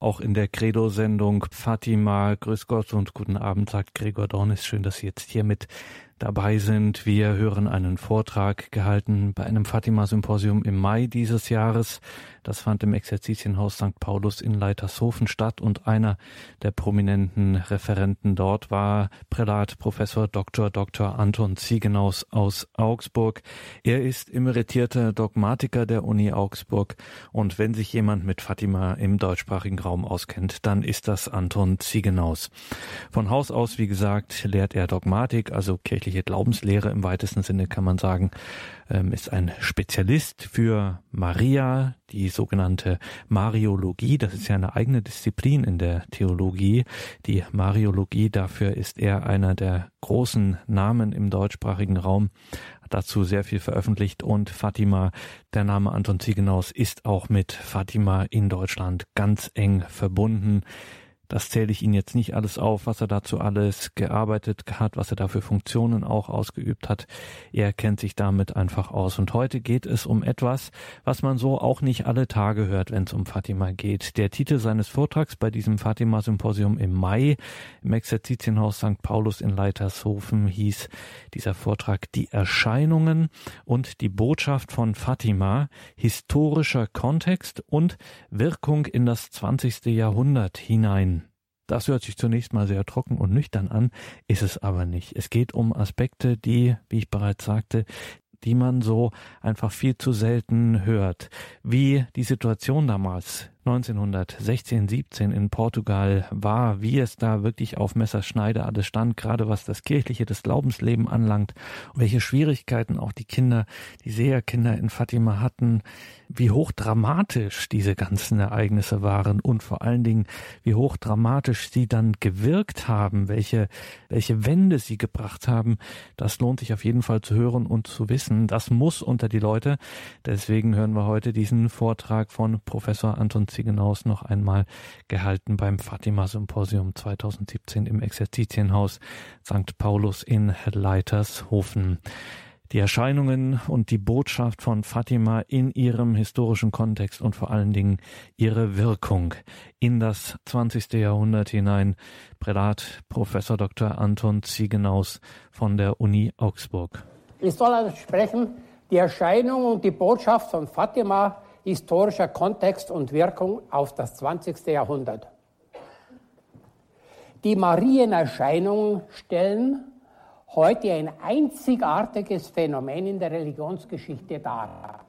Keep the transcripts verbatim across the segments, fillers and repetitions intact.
auch in der Credo-Sendung Fatima. Grüß Gott und guten Abend, sagt Gregor Dornis. Schön, dass Sie jetzt hier mit dabei sind. Wir hören einen Vortrag gehalten bei einem Fatima-Symposium im Mai dieses Jahres. Das fand im Exerzitienhaus Sankt Paulus in Leitershofen statt und einer der prominenten Referenten dort war Prälat Professor Doktor Doktor Anton Ziegenaus aus Augsburg. Er ist emeritierter Dogmatiker der Uni Augsburg und wenn sich jemand mit Fatima im deutschsprachigen Raum auskennt, dann ist das Anton Ziegenaus. Von Haus aus, wie gesagt, lehrt er Dogmatik, also kirchliche Glaubenslehre im weitesten Sinne kann man sagen, ist ein Spezialist für Maria, die sogenannte Mariologie. Das ist ja eine eigene Disziplin in der Theologie. Die Mariologie, dafür ist er einer der großen Namen im deutschsprachigen Raum. Hat dazu sehr viel veröffentlicht und Fatima, der Name Anton Ziegenaus, ist auch mit Fatima in Deutschland ganz eng verbunden. Das zähle ich Ihnen jetzt nicht alles auf, was er dazu alles gearbeitet hat, was er da für Funktionen auch ausgeübt hat. Er kennt sich damit einfach aus. Und heute geht es um etwas, was man so auch nicht alle Tage hört, wenn es um Fatima geht. Der Titel seines Vortrags bei diesem Fatima-Symposium im Mai im Exerzitienhaus Sankt Paulus in Leitershofen hieß dieser Vortrag Die Erscheinungen und die Botschaft von Fatima, historischer Kontext und Wirkung in das zwanzigste Jahrhundert hinein. Das hört sich zunächst mal sehr trocken und nüchtern an, ist es aber nicht. Es geht um Aspekte, die, wie ich bereits sagte, die man so einfach viel zu selten hört. Wie die Situation damals neunzehnhundertsechzehn, siebzehn in Portugal war, wie es da wirklich auf Messerschneide alles stand, gerade was das kirchliche, das Glaubensleben anlangt, welche Schwierigkeiten auch die Kinder, die Seherkinder in Fatima hatten, wie hochdramatisch diese ganzen Ereignisse waren und vor allen Dingen, wie hochdramatisch sie dann gewirkt haben, welche, welche Wende sie gebracht haben, das lohnt sich auf jeden Fall zu hören und zu wissen. Das muss unter die Leute. Deswegen hören wir heute diesen Vortrag von Professor Anton Ziegenaus noch einmal gehalten beim Fatima-Symposium zweitausendsiebzehn im Exerzitienhaus Sankt Paulus in Leitershofen. Die Erscheinungen und die Botschaft von Fatima in ihrem historischen Kontext und vor allen Dingen ihre Wirkung in das zwanzigste Jahrhundert hinein. Prälat Professor Doktor Anton Ziegenaus von der Uni Augsburg. Ich soll also sprechen, die Erscheinung und die Botschaft von Fatima, historischer Kontext und Wirkung auf das zwanzigste Jahrhundert. Die Marienerscheinungen stellen heute ein einzigartiges Phänomen in der Religionsgeschichte dar.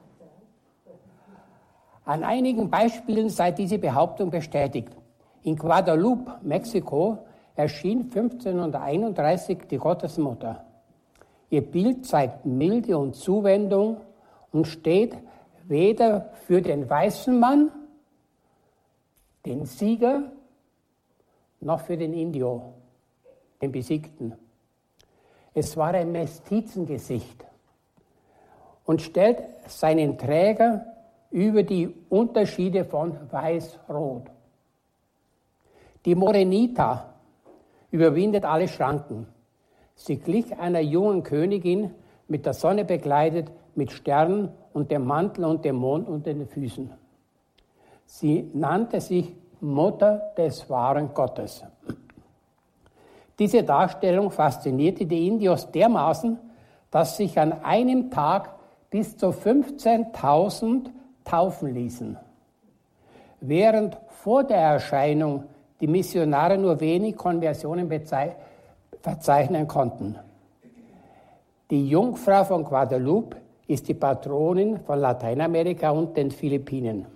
An einigen Beispielen sei diese Behauptung bestätigt. In Guadalupe, Mexiko, erschien fünfzehnhunderteinunddreißig die Gottesmutter. Ihr Bild zeigt Milde und Zuwendung und steht weder für den weißen Mann, den Sieger, noch für den Indio, den Besiegten. Es war ein Mestizengesicht und stellt seinen Träger über die Unterschiede von Weiß-Rot. Die Morenita überwindet alle Schranken. Sie glich einer jungen Königin, mit der Sonne bekleidet, mit Sternen und dem Mantel und dem Mond unter den Füßen. Sie nannte sich Mutter des wahren Gottes. Diese Darstellung faszinierte die Indios dermaßen, dass sich an einem Tag bis zu fünfzehntausend taufen ließen. Während vor der Erscheinung die Missionare nur wenig Konversionen bezei- verzeichnen konnten. Die Jungfrau von Guadalupe ist die Patronin von Lateinamerika und den Philippinen.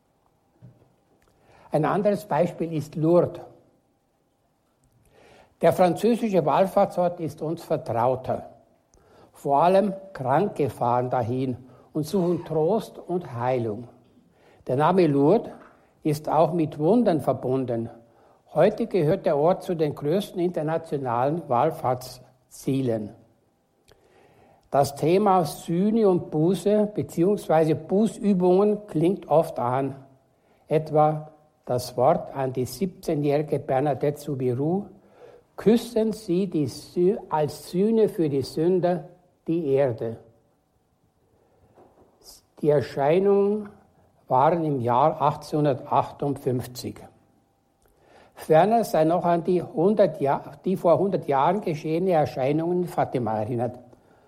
Ein anderes Beispiel ist Lourdes. Der französische Wallfahrtsort ist uns vertrauter. Vor allem Kranke fahren dahin und suchen Trost und Heilung. Der Name Lourdes ist auch mit Wundern verbunden. Heute gehört der Ort zu den größten internationalen Wallfahrtszielen. Das Thema Sühne und Buße bzw. Bußübungen klingt oft an. Etwa das Wort an die siebzehnjährige Bernadette Soubirous: Küssen Sie die Sü- als Sühne für die Sünder die Erde. Die Erscheinungen waren im Jahr achtzehnhundertachtundfünfzig. Ferner sei noch an die, hundert Jahr, die vor hundert Jahren geschehene Erscheinungen in Fatima erinnert.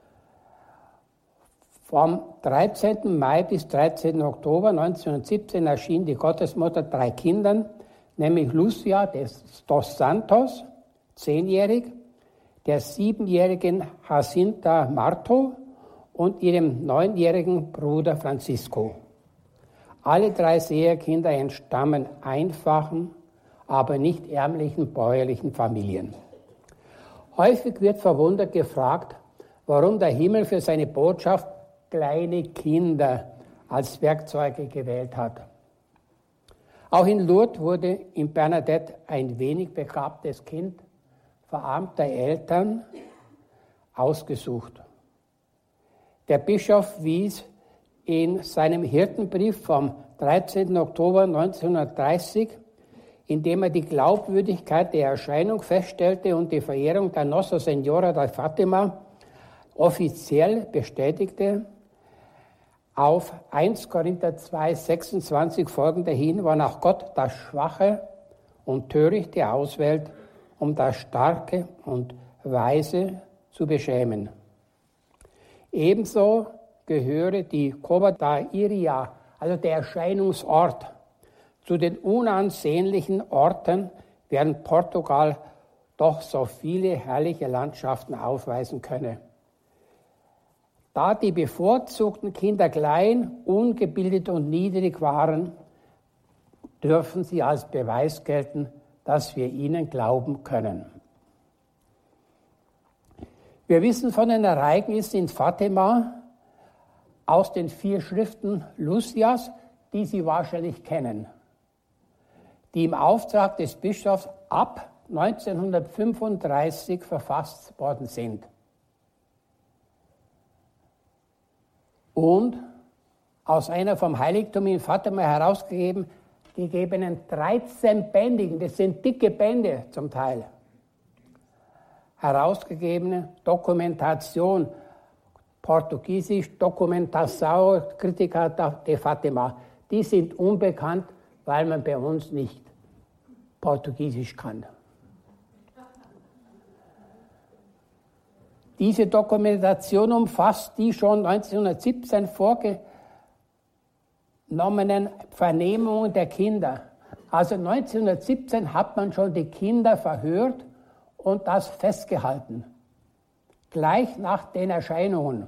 Vom dreizehnten Mai bis dreizehnten Oktober neunzehnhundertsiebzehn erschien die Gottesmutter drei Kindern, nämlich Lucia dos Santos, zehnjährig, der siebenjährigen Jacinta Marto und ihrem neunjährigen Bruder Francisco. Alle drei Seherkinder entstammen einfachen, aber nicht ärmlichen bäuerlichen Familien. Häufig wird verwundert gefragt, warum der Himmel für seine Botschaft kleine Kinder als Werkzeuge gewählt hat. Auch in Lourdes wurde in Bernadette ein wenig begabtes Kind verarmter Eltern ausgesucht. Der Bischof wies in seinem Hirtenbrief vom dreizehnten Oktober neunzehnhundertdreißig, in dem er die Glaubwürdigkeit der Erscheinung feststellte und die Verehrung der Nossa Senhora de Fátima offiziell bestätigte, auf erster Korinther zwei, sechsundzwanzig folgende hin, wonach Gott das Schwache und Törichte auswählt, um das Starke und Weise zu beschämen. Ebenso gehöre die Cova da Iria, also der Erscheinungsort, zu den unansehnlichen Orten, während Portugal doch so viele herrliche Landschaften aufweisen könne. Da die bevorzugten Kinder klein, ungebildet und niedrig waren, dürfen sie als Beweis gelten, dass wir ihnen glauben können. Wir wissen von den Ereignissen in Fatima aus den vier Schriften Lucias, die Sie wahrscheinlich kennen, die im Auftrag des Bischofs ab neunzehnhundertfünfunddreißig verfasst worden sind. Und aus einer vom Heiligtum in Fatima herausgegeben, gegebenen dreizehnbändigen, das sind dicke Bände zum Teil, herausgegebene Dokumentation, portugiesisch Documentação Crítica de Fátima, die sind unbekannt, weil man bei uns nicht Portugiesisch kann. Diese Dokumentation umfasst die schon neunzehnhundertsiebzehn vorgenommenen Vernehmungen der Kinder. Also neunzehnhundertsiebzehn hat man schon die Kinder verhört und das festgehalten, gleich nach den Erscheinungen.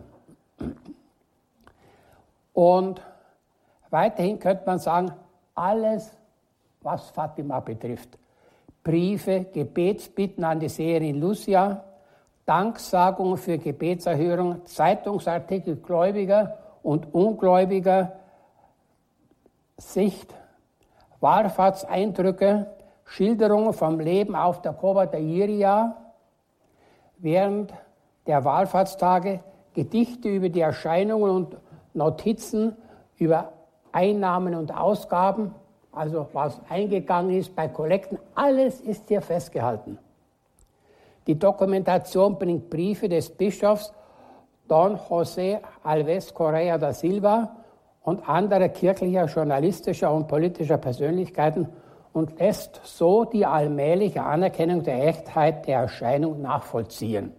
Und weiterhin könnte man sagen, alles, was Fatima betrifft. Briefe, Gebetsbitten an die Seherin Lucia, Danksagungen für Gebetserhörung, Zeitungsartikel gläubiger und ungläubiger Sicht, Wallfahrtseindrücke, Schilderungen vom Leben auf der Cova da Iria während der Wallfahrtstage, Gedichte über die Erscheinungen und Notizen über Einnahmen und Ausgaben, also was eingegangen ist bei Kollekten, alles ist hier festgehalten. Die Dokumentation bringt Briefe des Bischofs Don José Alves Correa da Silva und anderer kirchlicher, journalistischer und politischer Persönlichkeiten und lässt so die allmähliche Anerkennung der Echtheit der Erscheinung nachvollziehen.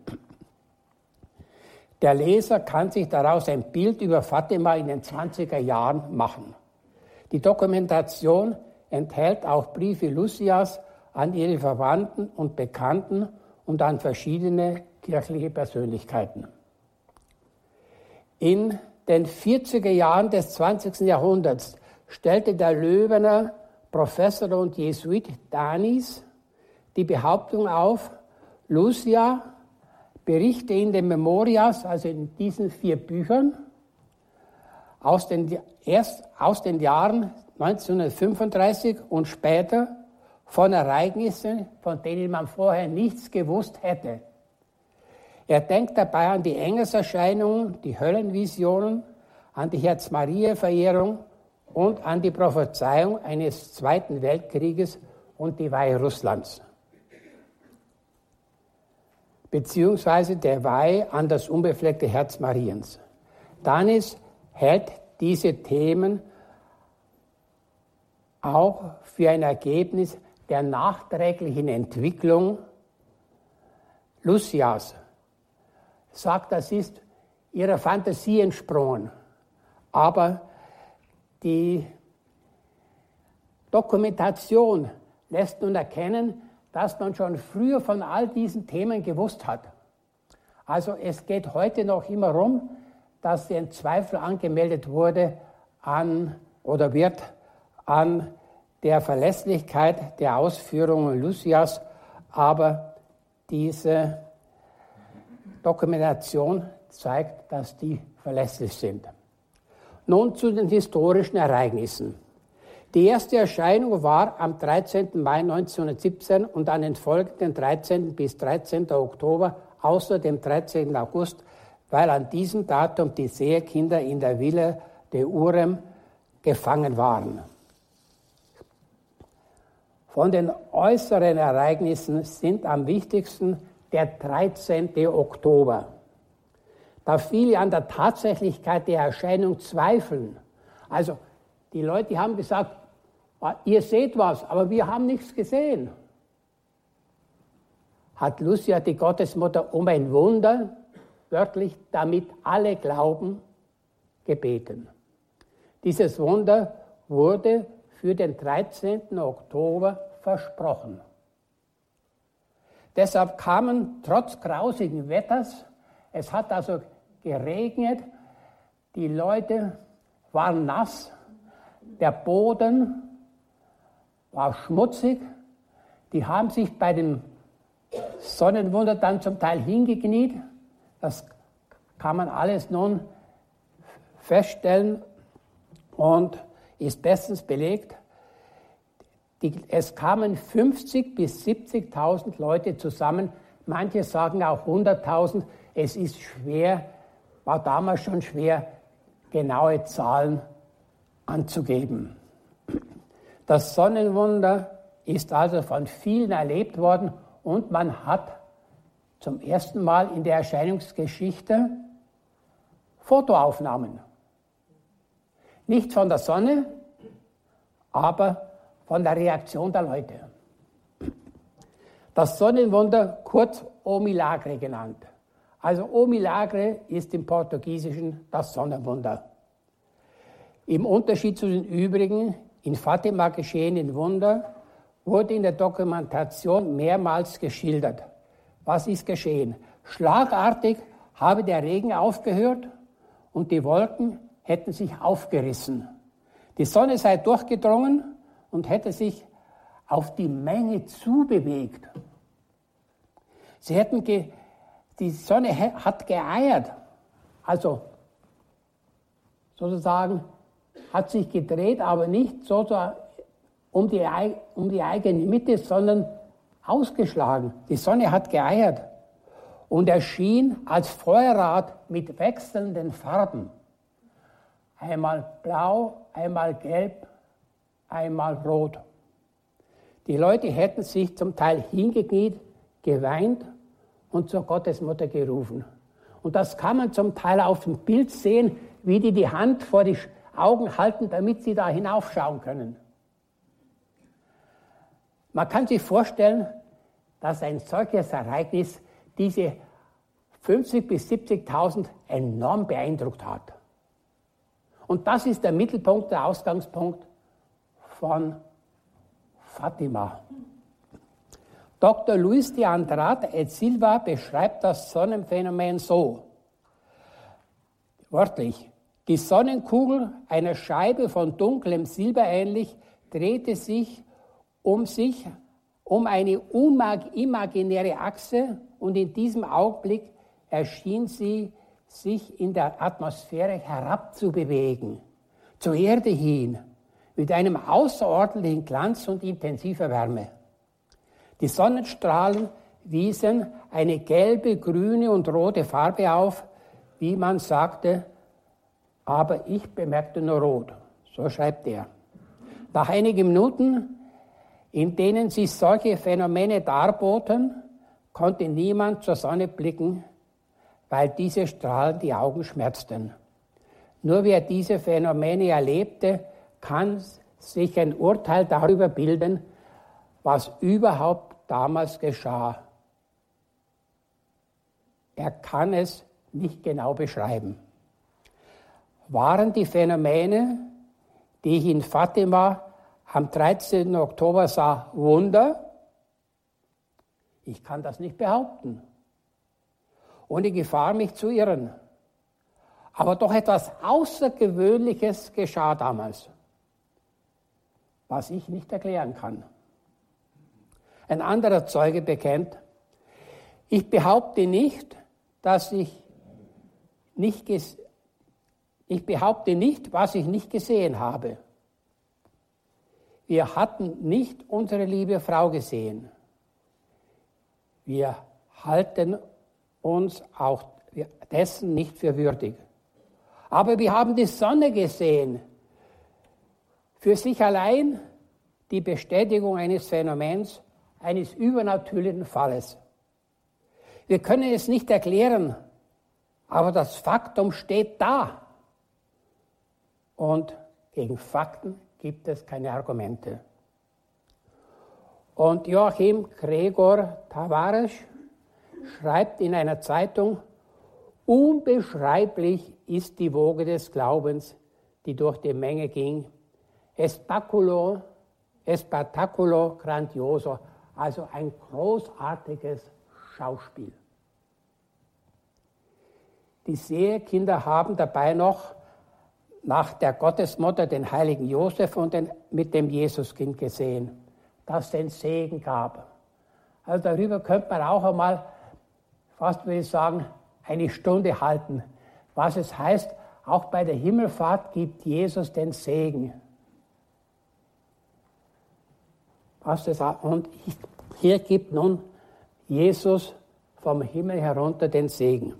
Der Leser kann sich daraus ein Bild über Fatima in den zwanziger Jahren machen. Die Dokumentation enthält auch Briefe Lucias an ihre Verwandten und Bekannten und an verschiedene kirchliche Persönlichkeiten. In den vierziger Jahren des zwanzigsten Jahrhunderts stellte der Löwener Professor und Jesuit Danis die Behauptung auf, Lucia berichte in den Memorias, also in diesen vier Büchern, aus den, erst aus den Jahren neunzehnhundertfünfunddreißig und später von Ereignissen, von denen man vorher nichts gewusst hätte. Er denkt dabei an die Engelserscheinungen, die Höllenvisionen, an die Herz-Maria-Verehrung und an die Prophezeiung eines Zweiten Weltkrieges und die Weihe Russlands. Beziehungsweise der Weihe an das unbefleckte Herz Mariens. Danis hält diese Themen auch für ein Ergebnis der nachträglichen Entwicklung Lucias sagt, das ist ihrer Fantasie entsprungen. Aber die Dokumentation lässt nun erkennen, dass man schon früher von all diesen Themen gewusst hat. Also es geht heute noch immer rum, dass ein Zweifel angemeldet wurde an oder wird an der Verlässlichkeit der Ausführungen Lucias, aber diese Dokumentation zeigt, dass die verlässlich sind. Nun zu den historischen Ereignissen. Die erste Erscheinung war am dreizehnten Mai neunzehnhundertsiebzehn und an den folgenden dreizehnten bis dreizehnten Oktober, außer dem dreizehnten August, weil an diesem Datum die Seherkinder in der Villa de Urem gefangen waren. Von den äußeren Ereignissen sind am wichtigsten der dreizehnten Oktober. Da viele an der Tatsächlichkeit der Erscheinung zweifeln. Also die Leute haben gesagt, ihr seht was, aber wir haben nichts gesehen. Hat Lucia, die Gottesmutter, um ein Wunder, wörtlich, damit alle glauben, gebeten. Dieses Wunder wurde für den dreizehnten Oktober versprochen. Deshalb kamen trotz grausigen Wetters, es hat also geregnet, die Leute waren nass, der Boden war schmutzig, die haben sich bei dem Sonnenwunder dann zum Teil hingekniet, das kann man alles nun feststellen und ist bestens belegt. Die, es kamen fünfzig bis siebzigtausend Leute zusammen, manche sagen auch hunderttausend. Es ist schwer, war damals schon schwer, genaue Zahlen anzugeben. Das Sonnenwunder ist also von vielen erlebt worden und man hat zum ersten Mal in der Erscheinungsgeschichte Fotoaufnahmen. Nicht von der Sonne, aber von der Reaktion der Leute. Das Sonnenwunder, kurz O Milagre genannt. Also O Milagre ist im Portugiesischen das Sonnenwunder. Im Unterschied zu den übrigen in Fatima geschehenen Wunder wurde in der Dokumentation mehrmals geschildert. Was ist geschehen? Schlagartig habe der Regen aufgehört und die Wolken hätten sich aufgerissen. Die Sonne sei durchgedrungen und hätte sich auf die Menge zubewegt. Sie hätten ge- die Sonne hat geeiert, also sozusagen hat sich gedreht, aber nicht so, so um, die, um die eigene Mitte, sondern ausgeschlagen. Die Sonne hat geeiert und erschien als Feuerrad mit wechselnden Farben. Einmal blau, einmal gelb, einmal rot. Die Leute hätten sich zum Teil hingekniet, geweint und zur Gottesmutter gerufen. Und das kann man zum Teil auf dem Bild sehen, wie die die Hand vor die Augen halten, damit sie da hinaufschauen können. Man kann sich vorstellen, dass ein solches Ereignis diese fünfzig bis siebzigtausend enorm beeindruckt hat. Und das ist der Mittelpunkt, der Ausgangspunkt von Fatima. Doktor Luis de Andrade et Silva beschreibt das Sonnenphänomen so, wörtlich: Die Sonnenkugel, einer Scheibe von dunklem Silber ähnlich, drehte sich um sich um eine imaginäre Achse und in diesem Augenblick erschien sie, sich in der Atmosphäre herabzubewegen, zur Erde hin, mit einem außerordentlichen Glanz und intensiver Wärme. Die Sonnenstrahlen wiesen eine gelbe, grüne und rote Farbe auf, wie man sagte, aber ich bemerkte nur rot. So schreibt er. Nach einigen Minuten, in denen sich solche Phänomene darboten, konnte niemand zur Sonne blicken, weil diese Strahlen die Augen schmerzten. Nur wer diese Phänomene erlebte, kann sich ein Urteil darüber bilden, was überhaupt damals geschah. Er kann es nicht genau beschreiben. Waren die Phänomene, die ich in Fatima am dreizehnten Oktober sah, Wunder? Ich kann das nicht behaupten, ohne Gefahr, mich zu irren. Aber doch etwas Außergewöhnliches geschah damals, was ich nicht erklären kann. Ein anderer Zeuge bekennt, ich behaupte nicht, dass ich nicht ges- ich behaupte nicht, was ich nicht gesehen habe. Wir hatten nicht unsere liebe Frau gesehen. Wir halten uns auch dessen nicht für würdig. Aber wir haben die Sonne gesehen. Für sich allein die Bestätigung eines Phänomens, eines übernatürlichen Falles. Wir können es nicht erklären, aber das Faktum steht da. Und gegen Fakten gibt es keine Argumente. Und Joachim Gregor Tavares schreibt in einer Zeitung, unbeschreiblich ist die Woge des Glaubens, die durch die Menge ging. Espectaculo, espectaculo grandioso, also ein großartiges Schauspiel. Die Sehekinder haben dabei noch nach der Gottesmutter den heiligen Josef und den, mit dem Jesuskind gesehen, das den Segen gab. Also darüber könnte man auch einmal, fast würde ich sagen, eine Stunde halten. Was es heißt, auch bei der Himmelfahrt gibt Jesus den Segen. Was das, und hier gibt nun Jesus vom Himmel herunter den Segen.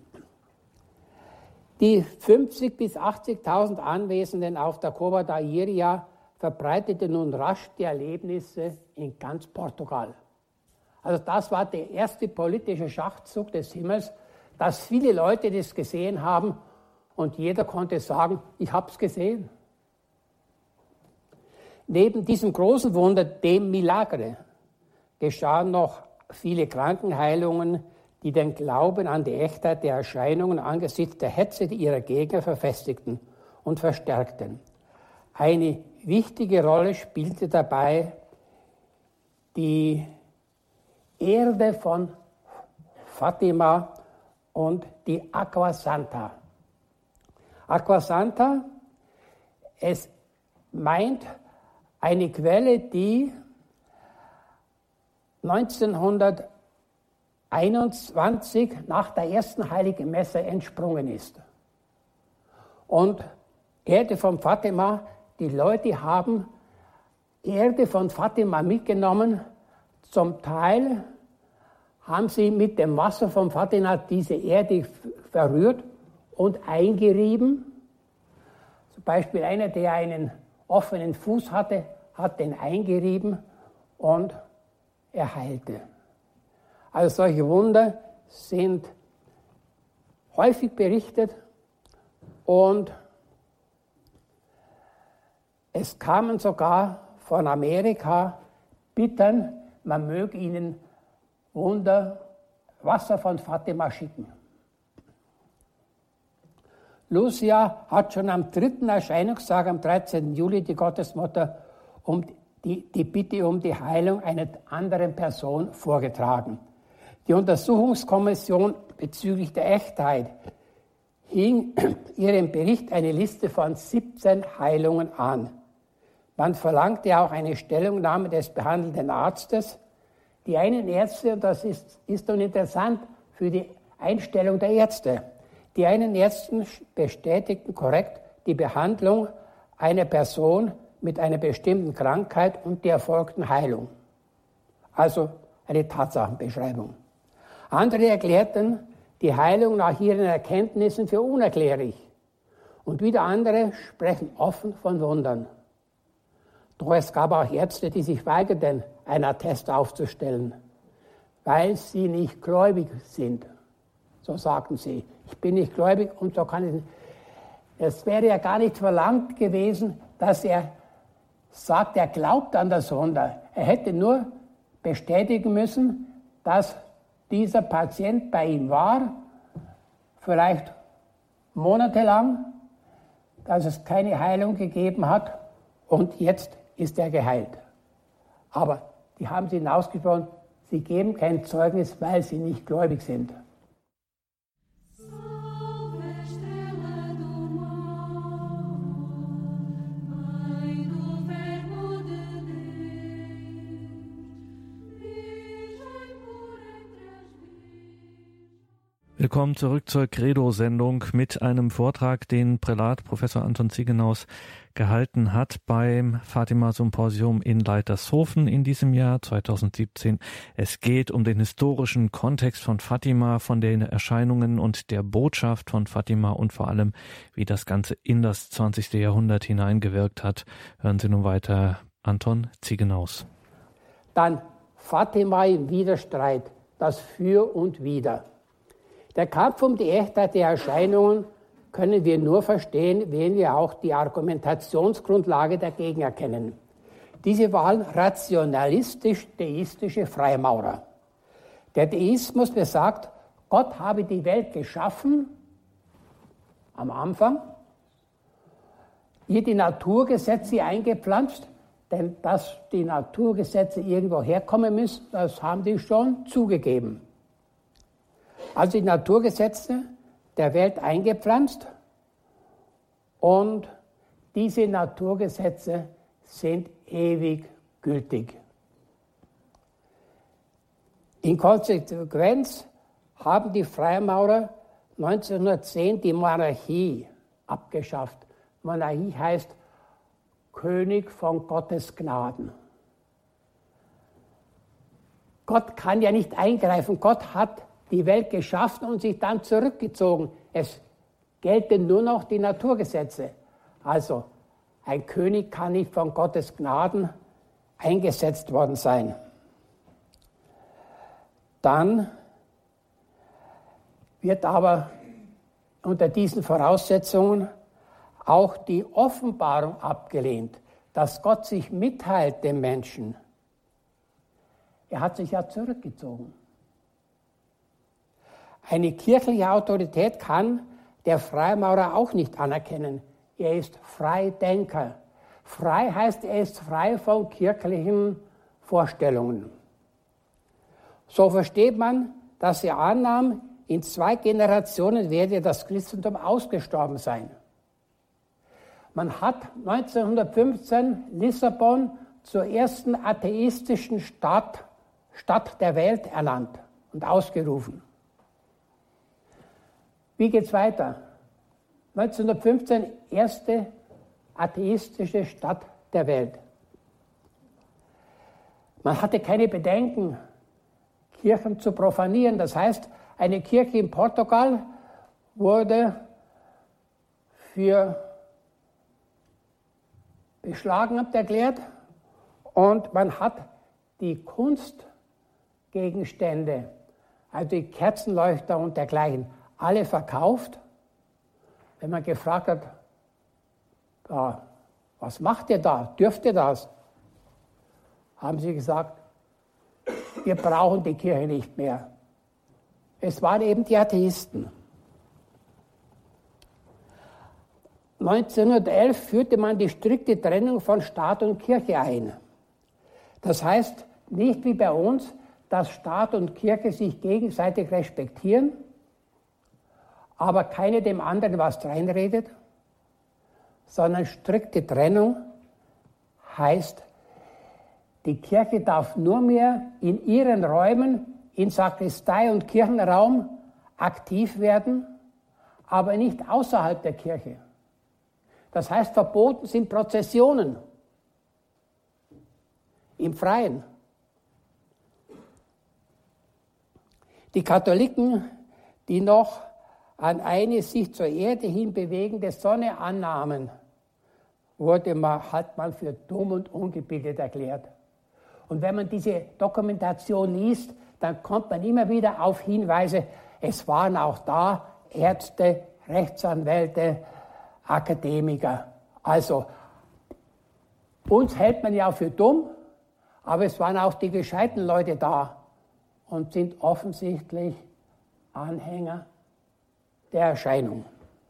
Die fünfzigtausend bis achtzigtausend Anwesenden auf der Cova da Iria verbreiteten nun rasch die Erlebnisse in ganz Portugal. Also das war der erste politische Schachzug des Himmels, dass viele Leute das gesehen haben und jeder konnte sagen, ich habe es gesehen. Neben diesem großen Wunder, dem Milagre, geschahen noch viele Krankenheilungen, die den Glauben an die Echtheit der Erscheinungen angesichts der Hetze ihrer Gegner verfestigten und verstärkten. Eine wichtige Rolle spielte dabei die Erde von Fatima und die Aqua Santa. Aqua Santa, es meint eine Quelle, die neunzehnhunderteinundzwanzig nach der ersten Heiligen Messe entsprungen ist. Und Erde von Fatima, die Leute haben Erde von Fatima mitgenommen. Zum Teil haben sie mit dem Wasser von Fatima diese Erde verrührt und eingerieben. Zum Beispiel einer, der einen offenen Fuß hatte, hat den eingerieben und er heilte. Also solche Wunder sind häufig berichtet und es kamen sogar von Amerika Bitten, man möge ihnen Wunder Wasser von Fatima schicken. Lucia hat schon am dritten Erscheinungstag, am dreizehnten Juli, die Gottesmutter um die, die Bitte um die Heilung einer anderen Person vorgetragen. Die Untersuchungskommission bezüglich der Echtheit hing ihrem Bericht eine Liste von siebzehn Heilungen an. Man verlangte auch eine Stellungnahme des behandelnden Arztes. Die einen Ärzte, und das ist, ist nun interessant für die Einstellung der Ärzte, die einen Ärzte bestätigten korrekt die Behandlung einer Person mit einer bestimmten Krankheit und der erfolgten Heilung. Also eine Tatsachenbeschreibung. Andere erklärten die Heilung nach ihren Erkenntnissen für unerklärlich. Und wieder andere sprechen offen von Wundern. Doch es gab auch Ärzte, die sich weigerten, einen Attest aufzustellen, weil sie nicht gläubig sind. So sagten sie, ich bin nicht gläubig und so kann ich nicht. Es wäre ja gar nicht verlangt gewesen, dass er sagt, er glaubt an das Wunder. Er hätte nur bestätigen müssen, dass dieser Patient bei ihm war, vielleicht monatelang, dass es keine Heilung gegeben hat und jetzt ist er geheilt. Aber die haben sie hinausgesprochen, sie geben kein Zeugnis, weil sie nicht gläubig sind. Willkommen zurück zur Credo-Sendung mit einem Vortrag, den Prälat Professor Anton Ziegenaus gehalten hat beim Fatima-Symposium in Leitershofen in diesem Jahr zweitausendsiebzehn. Es geht um den historischen Kontext von Fatima, von den Erscheinungen und der Botschaft von Fatima und vor allem, wie das Ganze in das zwanzigste Jahrhundert hineingewirkt hat. Hören Sie nun weiter Anton Ziegenaus. Dann Fatima im Widerstreit, das Für und Wider. Der Kampf um die Echtheit der Erscheinungen können wir nur verstehen, wenn wir auch die Argumentationsgrundlage dagegen erkennen. Diese waren rationalistisch-deistische Freimaurer. Der Deismus besagt, Gott habe die Welt geschaffen, am Anfang, ihr die Naturgesetze eingepflanzt, denn dass die Naturgesetze irgendwo herkommen müssen, das haben die schon zugegeben. Also die Naturgesetze der Welt eingepflanzt und diese Naturgesetze sind ewig gültig. In Konsequenz haben die Freimaurer neunzehnhundertzehn die Monarchie abgeschafft. Monarchie heißt König von Gottes Gnaden. Gott kann ja nicht eingreifen. Gott hat die Welt geschaffen und sich dann zurückgezogen. Es gelten nur noch die Naturgesetze. Also ein König kann nicht von Gottes Gnaden eingesetzt worden sein. Dann wird aber unter diesen Voraussetzungen auch die Offenbarung abgelehnt, dass Gott sich mitteilt dem Menschen. Er hat sich ja zurückgezogen. Eine kirchliche Autorität kann der Freimaurer auch nicht anerkennen. Er ist Freidenker. Frei heißt, er ist frei von kirchlichen Vorstellungen. So versteht man, dass er annahm, in zwei Generationen werde das Christentum ausgestorben sein. Man hat neunzehnhundertfünfzehn Lissabon zur ersten atheistischen Stadt, Stadt der Welt ernannt und ausgerufen. Wie geht's weiter? neunzehnhundertfünfzehn, erste atheistische Stadt der Welt. Man hatte keine Bedenken, Kirchen zu profanieren. Das heißt, eine Kirche in Portugal wurde für beschlagnahmt erklärt und man hat die Kunstgegenstände, also die Kerzenleuchter und dergleichen, alle verkauft. Wenn man gefragt hat, ja, was macht ihr da? Dürft ihr das? Haben sie gesagt, wir brauchen die Kirche nicht mehr. Es waren eben die Atheisten. neunzehnhundertelf führte man die strikte Trennung von Staat und Kirche ein. Das heißt, nicht wie bei uns, dass Staat und Kirche sich gegenseitig respektieren, aber keine dem anderen was reinredet, sondern strikte Trennung heißt, die Kirche darf nur mehr in ihren Räumen, in Sakristei und Kirchenraum aktiv werden, aber nicht außerhalb der Kirche. Das heißt, verboten sind Prozessionen im Freien. Die Katholiken, die noch an eine sich zur Erde hin bewegende Sonne annahmen, wurde man, hat man für dumm und ungebildet erklärt. Und wenn man diese Dokumentation liest, dann kommt man immer wieder auf Hinweise, es waren auch da Ärzte, Rechtsanwälte, Akademiker. Also, uns hält man ja für dumm, Aber es waren auch die gescheiten Leute da und sind offensichtlich Anhänger der Erscheinung.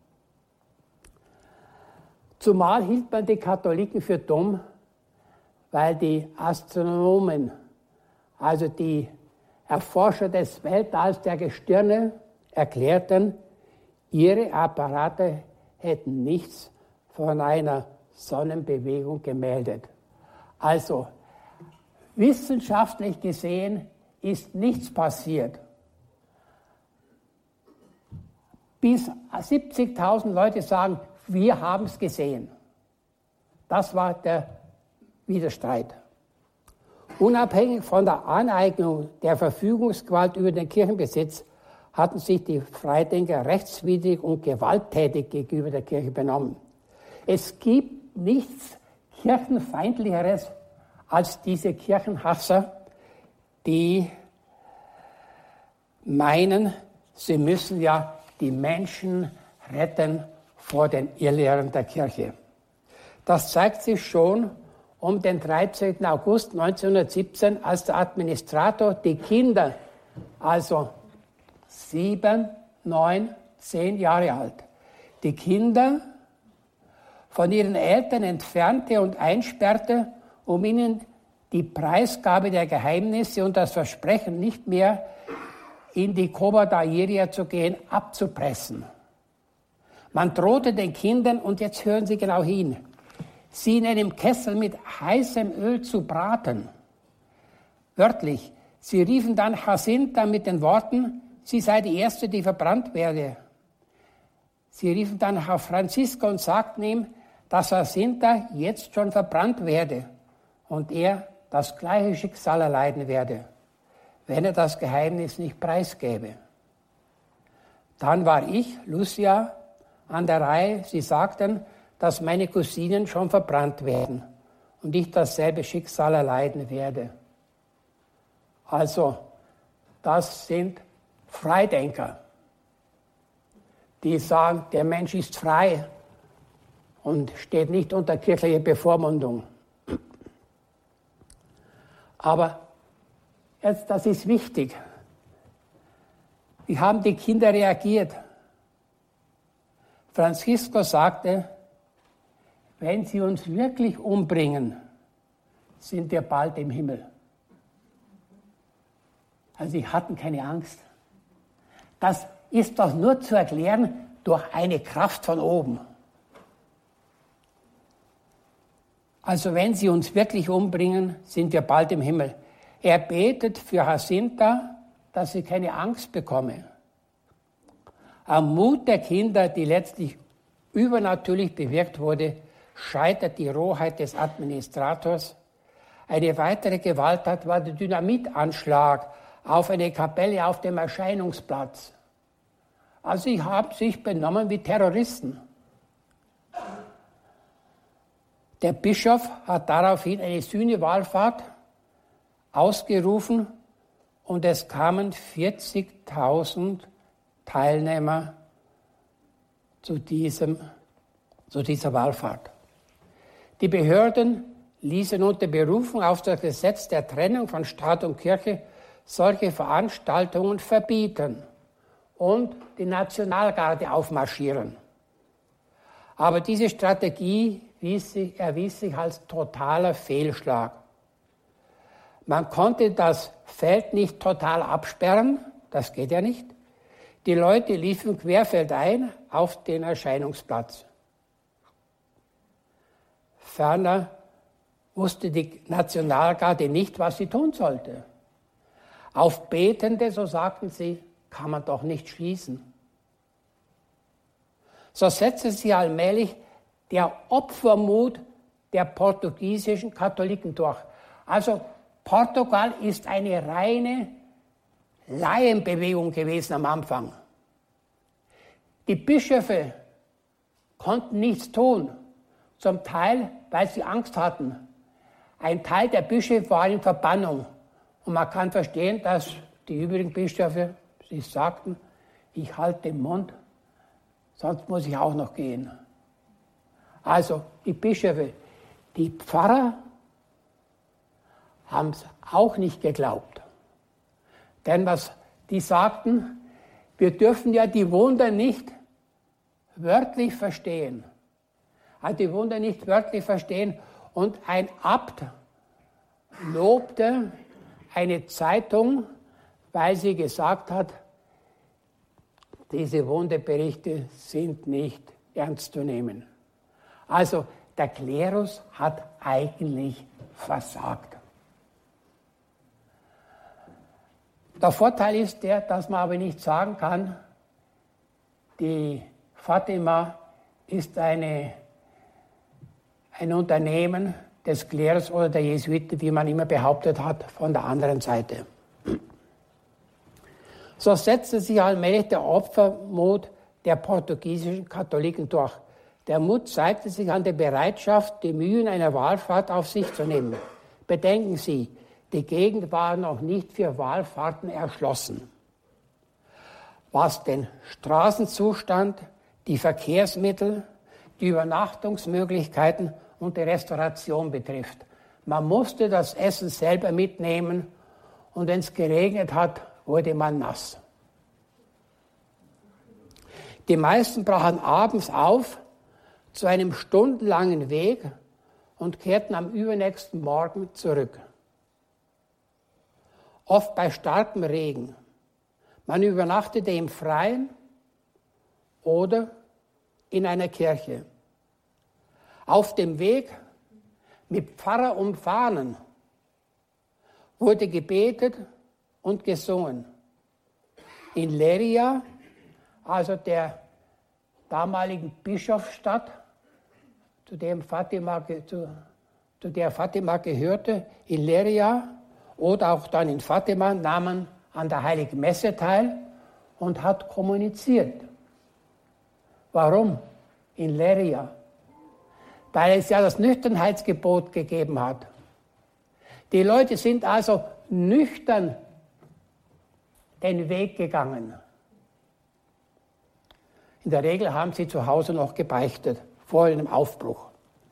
Zumal hielt man die Katholiken für dumm, weil die Astronomen, also die Erforscher des Weltalls der Gestirne, erklärten, ihre Apparate hätten nichts von einer Sonnenbewegung gemeldet. Also wissenschaftlich gesehen ist nichts passiert. Bis siebzigtausend Leute sagen, wir haben es gesehen. Das war der Widerstreit. Unabhängig von der Aneignung der Verfügungsgewalt über den Kirchenbesitz hatten sich die Freidenker rechtswidrig und gewalttätig gegenüber der Kirche benommen. Es gibt nichts Kirchenfeindlicheres als diese Kirchenhasser, die meinen, sie müssen ja die Menschen retten vor den Irrlehren der Kirche. Das zeigt sich schon um den dreizehnten August neunzehnhundertsiebzehn, als der Administrator die Kinder, also sieben, neun, zehn Jahre alt, die Kinder von ihren Eltern entfernte und einsperrte, um ihnen die Preisgabe der Geheimnisse und das Versprechen, nicht mehr in die Cova Iria zu gehen, abzupressen. Man drohte den Kindern, und jetzt hören Sie genau hin, sie in einem Kessel mit heißem Öl zu braten. Wörtlich, sie riefen dann Jacinta mit den Worten, sie sei die Erste, die verbrannt werde. Sie riefen dann Francisco und sagten ihm, dass Jacinta jetzt schon verbrannt werde und er das gleiche Schicksal erleiden werde, wenn er das Geheimnis nicht preisgäbe. Dann war ich, Lucia, an der Reihe. Sie sagten, dass meine Cousinen schon verbrannt werden und ich dasselbe Schicksal erleiden werde. Also, das sind Freidenker, die sagen, der Mensch ist frei und steht nicht unter kirchlicher Bevormundung. Aber jetzt, das ist wichtig. Wie haben die Kinder reagiert? Francisco sagte, wenn sie uns wirklich umbringen, sind wir bald im Himmel. Also sie hatten keine Angst. Das ist doch nur zu erklären durch eine Kraft von oben. Also wenn sie uns wirklich umbringen, sind wir bald im Himmel. Er betet für Jacinta, dass sie keine Angst bekomme. Am Mut der Kinder, die letztlich übernatürlich bewirkt wurde, scheitert die Rohheit des Administrators. Eine weitere Gewalttat war der Dynamitanschlag auf eine Kapelle auf dem Erscheinungsplatz. Also sie haben sich benommen wie Terroristen. Der Bischof hat daraufhin eine Sühnewallfahrt ausgerufen und es kamen vierzigtausend Teilnehmer zu, diesem, zu dieser Wallfahrt. Die Behörden ließen unter Berufung auf das Gesetz der Trennung von Staat und Kirche solche Veranstaltungen verbieten und die Nationalgarde aufmarschieren. Aber diese Strategie sich, erwies sich als totaler Fehlschlag. Man konnte das Feld nicht total absperren, das geht ja nicht. Die Leute liefen querfeldein auf den Erscheinungsplatz. Ferner wusste die Nationalgarde nicht, was sie tun sollte. Auf Betende, so sagten sie, kann man doch nicht schießen. So setzte sich allmählich der Opfermut der portugiesischen Katholiken durch. Also Portugal ist eine reine Laienbewegung gewesen am Anfang. Die Bischöfe konnten nichts tun, zum Teil, weil sie Angst hatten. Ein Teil der Bischöfe war in Verbannung. Und man kann verstehen, dass die übrigen Bischöfe sich sagten, ich halte den Mund, sonst muss ich auch noch gehen. Also die Bischöfe, die Pfarrer haben es auch nicht geglaubt. Denn was die sagten, wir dürfen ja die Wunder nicht wörtlich verstehen. Also die Wunder nicht wörtlich verstehen. Und ein Abt lobte eine Zeitung, weil sie gesagt hat, diese Wunderberichte sind nicht ernst zu nehmen. Also der Klerus hat eigentlich versagt. Der Vorteil ist der, dass man aber nicht sagen kann, die Fatima ist eine, ein Unternehmen des Klerus oder der Jesuiten, wie man immer behauptet hat, von der anderen Seite. So setzte sich allmählich der Opfermut der portugiesischen Katholiken durch. Der Mut zeigte sich an der Bereitschaft, die Mühen einer Wallfahrt auf sich zu nehmen. Bedenken Sie, die Gegend war noch nicht für Wallfahrten erschlossen. Was den Straßenzustand, die Verkehrsmittel, die Übernachtungsmöglichkeiten und die Restauration betrifft. Man musste das Essen selber mitnehmen und wenn es geregnet hat, wurde man nass. Die meisten brachen abends auf zu einem stundenlangen Weg und kehrten am übernächsten Morgen zurück. Oft bei starkem Regen. Man übernachtete im Freien oder in einer Kirche. Auf dem Weg mit Pfarrer und Fahnen wurde gebetet und gesungen. In Leiria, also der damaligen Bischofsstadt, zu, dem Fatima, zu, zu der Fatima gehörte, in Leiria oder auch dann in Fatima, nahm man an der Heiligen Messe teil und hat kommuniziert. Warum? In Leiria. Weil es ja das Nüchternheitsgebot gegeben hat. Die Leute sind also nüchtern den Weg gegangen. In der Regel haben sie zu Hause noch gebeichtet, vor dem Aufbruch.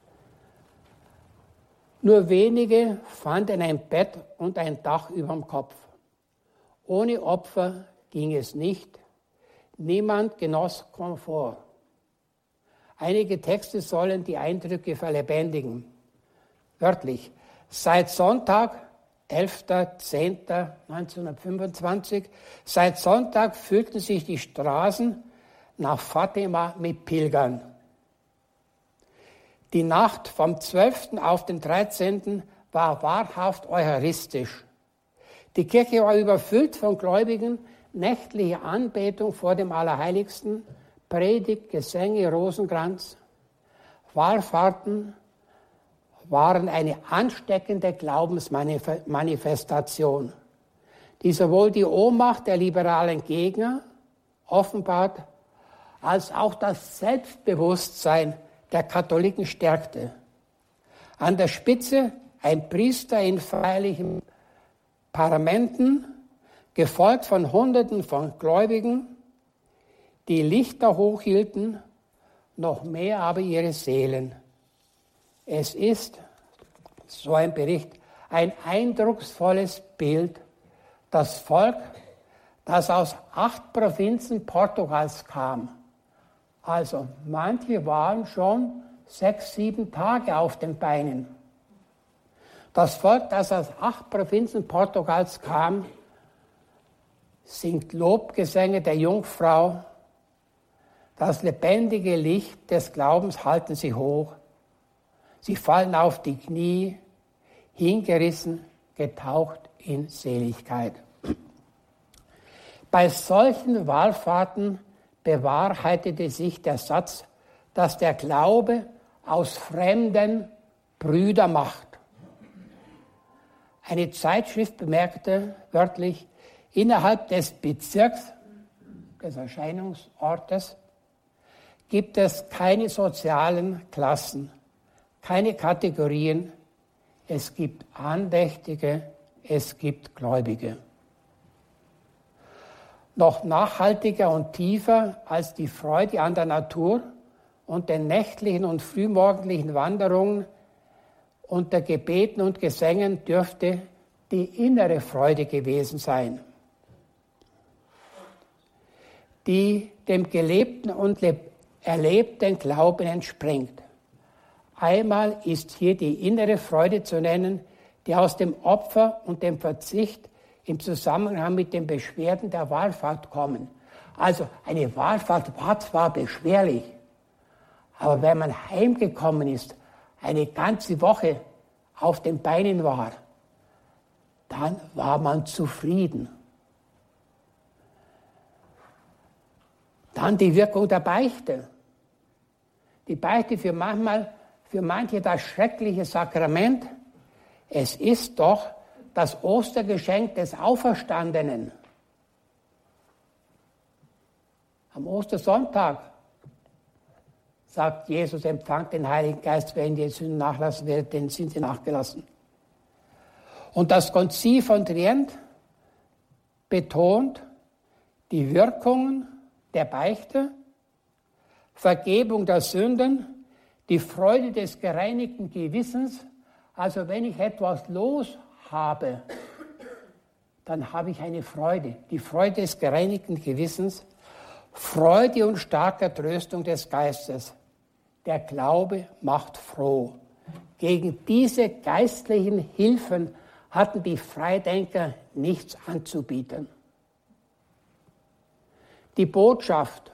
Nur wenige fanden ein Bett und ein Dach über dem Kopf. Ohne Opfer ging es nicht. Niemand genoss Komfort. Einige Texte sollen die Eindrücke verlebendigen. Wörtlich, seit Sonntag, elfter zehnter neunzehnhundertfünfundzwanzig, seit Sonntag füllten sich die Straßen nach Fatima mit Pilgern. Die Nacht vom zwölften auf den dreizehnten war wahrhaft eucharistisch. Die Kirche war überfüllt von Gläubigen, nächtliche Anbetung vor dem Allerheiligsten, Predigt, Gesänge, Rosenkranz. Wallfahrten waren eine ansteckende Glaubensmanifestation, die sowohl die Ohnmacht der liberalen Gegner offenbart, als auch das Selbstbewusstsein der Katholiken stärkte. An der Spitze ein Priester in feierlichen Paramenten, gefolgt von Hunderten von Gläubigen, die Lichter hochhielten, noch mehr aber ihre Seelen. Es ist, so ein Bericht, ein eindrucksvolles Bild. Das Volk, das aus acht Provinzen Portugals kam. Also manche waren schon sechs, sieben Tage auf den Beinen. Das Volk, das aus acht Provinzen Portugals kam, singt Lobgesänge der Jungfrau. Das lebendige Licht des Glaubens halten sie hoch. Sie fallen auf die Knie, hingerissen, getaucht in Seligkeit. Bei solchen Wallfahrten bewahrheitete sich der Satz, dass der Glaube aus Fremden Brüder macht. Eine Zeitschrift bemerkte wörtlich, innerhalb des Bezirks, des Erscheinungsortes, gibt es keine sozialen Klassen, keine Kategorien. Es gibt Andächtige, es gibt Gläubige. Noch nachhaltiger und tiefer als die Freude an der Natur und den nächtlichen und frühmorgendlichen Wanderungen unter Gebeten und Gesängen dürfte die innere Freude gewesen sein, die dem gelebten und erlebten Glauben entspringt. Einmal ist hier die innere Freude zu nennen, die aus dem Opfer und dem Verzicht im Zusammenhang mit den Beschwerden der Wallfahrt kommen. Also eine Wallfahrt war zwar beschwerlich, aber wenn man heimgekommen ist, eine ganze Woche auf den Beinen war, dann war man zufrieden. Dann die Wirkung der Beichte. Die Beichte für manchmal, für manche das schreckliche Sakrament. Es ist doch das Ostergeschenk des Auferstandenen. Am Ostersonntag sagt Jesus, empfangt den Heiligen Geist, wenn ihr Sünden nachlassen werdet, denen sind sie nachgelassen. Und das Konzil von Trient betont die Wirkungen der Beichte, Vergebung der Sünden, die Freude des gereinigten Gewissens. Also wenn ich etwas los habe, dann habe ich eine Freude, die Freude des gereinigten Gewissens, Freude und starke Tröstung des Geistes. Der Glaube macht froh. Gegen diese geistlichen Hilfen hatten die Freidenker nichts anzubieten. Die Botschaft,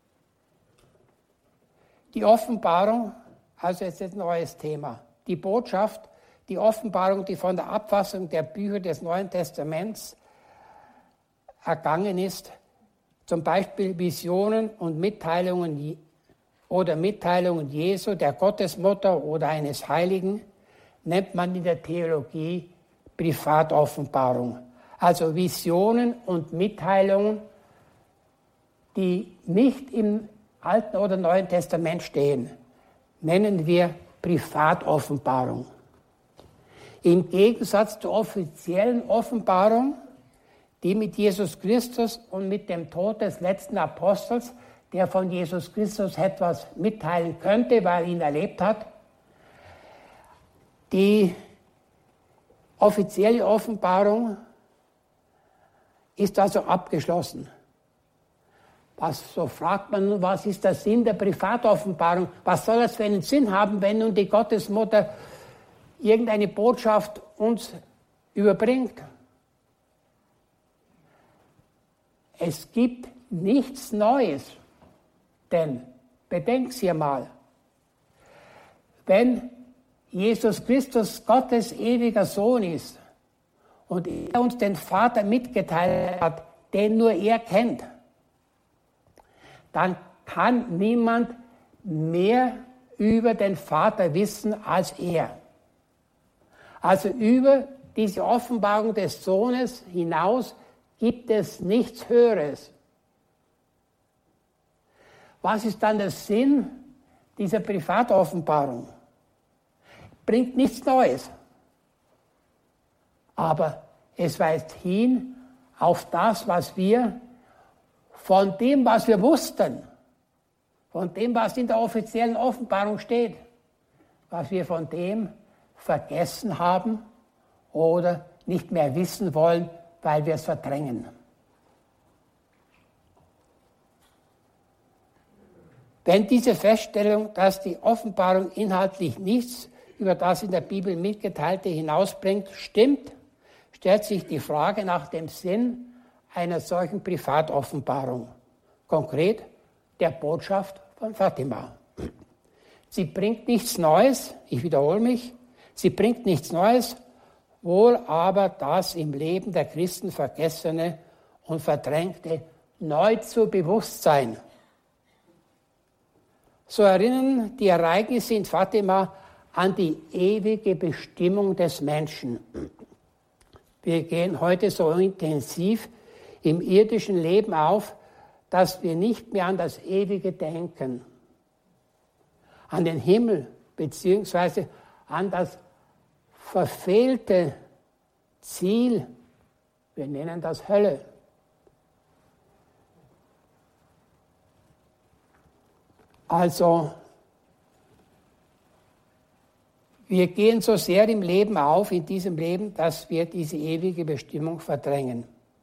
die Offenbarung, also jetzt ist ein neues Thema. Die Botschaft, die Offenbarung, die von der Abfassung der Bücher des Neuen Testaments ergangen ist, zum Beispiel Visionen und Mitteilungen oder Mitteilungen Jesu, der Gottesmutter oder eines Heiligen, nennt man in der Theologie Privatoffenbarung. Also Visionen und Mitteilungen, die nicht im Alten oder Neuen Testament stehen, nennen wir Privatoffenbarung. Im Gegensatz zur offiziellen Offenbarung, die mit Jesus Christus und mit dem Tod des letzten Apostels, der von Jesus Christus etwas mitteilen könnte, weil er ihn erlebt hat, die offizielle Offenbarung ist also abgeschlossen. Was, so fragt man nun, was ist der Sinn der Privatoffenbarung? Was soll das für einen Sinn haben, wenn nun die Gottesmutter irgendeine Botschaft uns überbringt? Es gibt nichts Neues, denn bedenkt hier mal, wenn Jesus Christus Gottes ewiger Sohn ist und er uns den Vater mitgeteilt hat, den nur er kennt, dann kann niemand mehr über den Vater wissen als er. Also über diese Offenbarung des Sohnes hinaus gibt es nichts Höheres. Was ist dann der Sinn dieser Privatoffenbarung? Bringt nichts Neues. Aber es weist hin auf das, was wir von dem, was wir wussten, von dem, was in der offiziellen Offenbarung steht, was wir von dem vergessen haben oder nicht mehr wissen wollen, weil wir es verdrängen. Wenn diese Feststellung, dass die Offenbarung inhaltlich nichts über das in der Bibel mitgeteilte hinausbringt, stimmt, stellt sich die Frage nach dem Sinn einer solchen Privatoffenbarung, konkret der Botschaft von Fatima. Sie bringt nichts Neues, ich wiederhole mich, sie bringt nichts Neues, wohl aber das im Leben der Christen Vergessene und Verdrängte neu zu Bewusstsein. So erinnern die Ereignisse in Fatima an die ewige Bestimmung des Menschen. Wir gehen heute so intensiv im irdischen Leben auf, dass wir nicht mehr an das Ewige denken, an den Himmel beziehungsweise an das verfehlte Ziel, wir nennen das Hölle. Also Wir gehen so sehr im Leben auf, in diesem Leben, dass wir diese ewige Bestimmung verdrängen.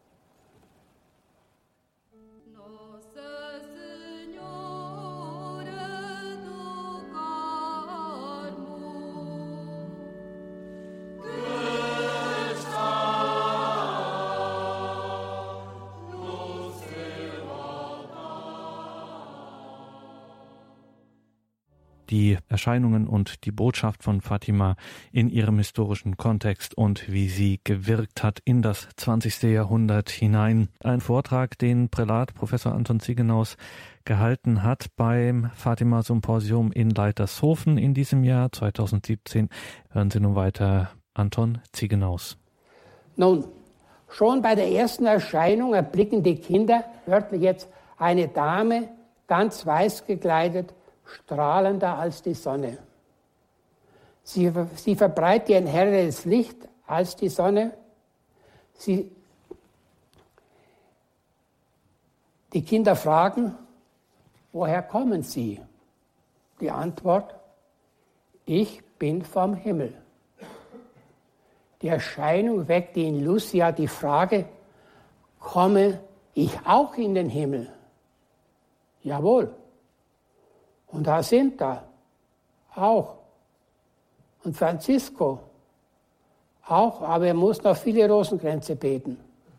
Die Erscheinungen und die Botschaft von Fatima in ihrem historischen Kontext und wie sie gewirkt hat in das zwanzigste Jahrhundert hinein. Ein Vortrag, den Prälat Professor Anton Ziegenaus gehalten hat beim Fatima-Symposium in Leitershofen in diesem Jahr zweitausendsiebzehn. Hören Sie nun weiter Anton Ziegenaus. Nun, schon bei der ersten Erscheinung erblicken die Kinder, wörtlich jetzt, eine Dame, ganz weiß gekleidet, strahlender als die Sonne. Sie, sie verbreitet ein helleres Licht als die Sonne. Sie, die Kinder fragen, woher kommen Sie? Die Antwort, ich bin vom Himmel. Die Erscheinung weckte in Lucia die Frage, komme ich auch in den Himmel? Jawohl. Und da sind da auch. Und Francisco auch, aber er muss noch viele Rosenkränze beten.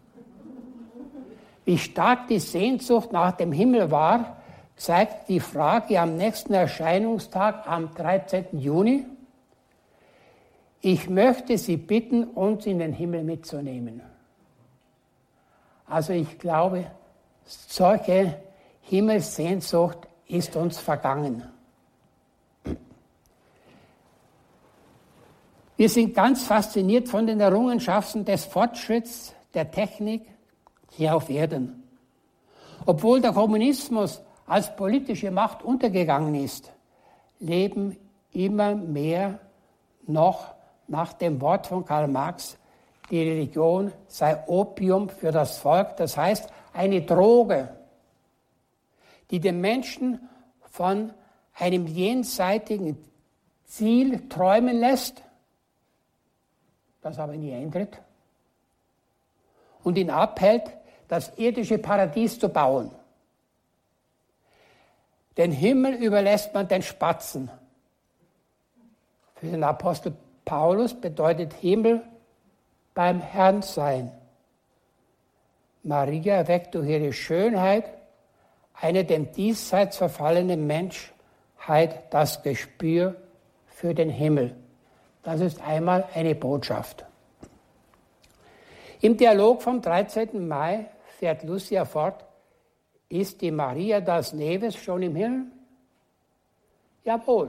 Wie stark die Sehnsucht nach dem Himmel war, zeigt die Frage am nächsten Erscheinungstag, am dreizehnten Juni. Ich möchte Sie bitten, uns in den Himmel mitzunehmen. Also ich glaube, solche Himmelssehnsucht ist uns vergangen. Wir sind ganz fasziniert von den Errungenschaften des Fortschritts der Technik hier auf Erden. Obwohl der Kommunismus als politische Macht untergegangen ist, leben immer mehr noch nach dem Wort von Karl Marx, die Religion sei Opium für das Volk, das heißt eine Droge, die den Menschen von einem jenseitigen Ziel träumen lässt, das aber nie eintritt, und ihn abhält, das irdische Paradies zu bauen. Den Himmel überlässt man den Spatzen. Für den Apostel Paulus bedeutet Himmel beim Herrn sein. Maria erweckt durch ihre Schönheit eine dem diesseits verfallenen Menschheit das Gespür für den Himmel. Das ist einmal eine Botschaft. Im Dialog vom dreizehnten Mai fährt Lucia fort, ist die Maria das Neves schon im Himmel? Jawohl.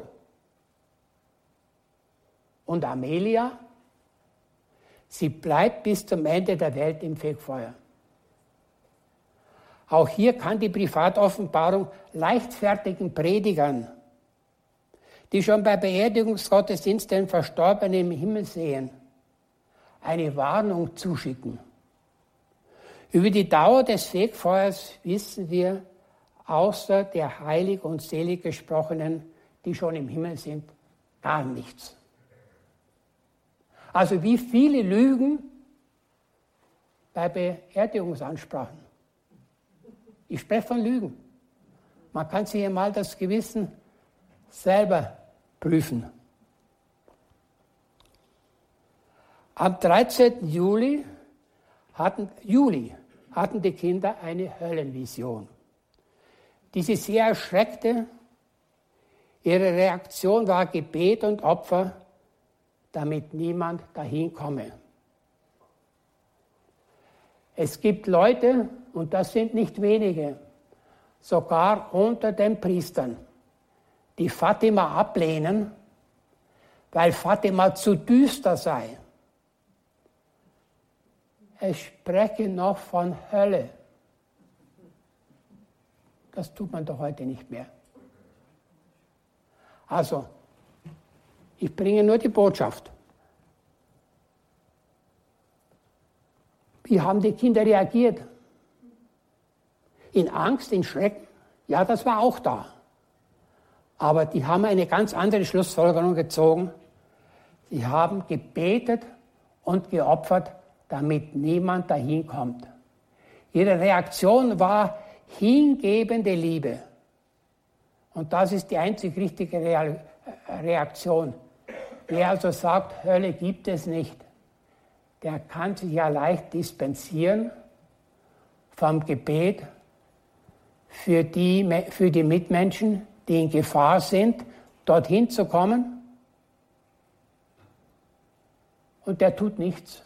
Und Amelia? Sie bleibt bis zum Ende der Welt im Fegfeuer. Auch hier kann die Privatoffenbarung leichtfertigen Predigern, die schon bei Beerdigungsgottesdienst den Verstorbenen im Himmel sehen, eine Warnung zuschicken. Über die Dauer des Fegfeuers wissen wir, außer der heilig und selig Gesprochenen, die schon im Himmel sind, gar nichts. Also wie viele Lügen bei Beerdigungsansprachen. Ich spreche von Lügen. Man kann sich einmal das Gewissen selber prüfen. Am dreizehnten Juli hatten, Juli hatten die Kinder eine Höllenvision, die sie sehr erschreckte. Ihre Reaktion war Gebet und Opfer, damit niemand dahin komme. Es gibt Leute, und das sind nicht wenige, sogar unter den Priestern, die Fatima ablehnen, weil Fatima zu düster sei. Es spreche noch von Hölle. Das tut man doch heute nicht mehr. Also, ich bringe nur die Botschaft. Wie haben die Kinder reagiert? In Angst, in Schrecken? Ja, das war auch da. Aber die haben eine ganz andere Schlussfolgerung gezogen. Sie haben gebetet und geopfert, damit niemand dahin kommt. Ihre Reaktion war hingebende Liebe. Und das ist die einzig richtige Reaktion. Wer also sagt, Hölle gibt es nicht, der kann sich ja leicht dispensieren vom Gebet für die, für die Mitmenschen, die in Gefahr sind, dorthin zu kommen. Und der tut nichts.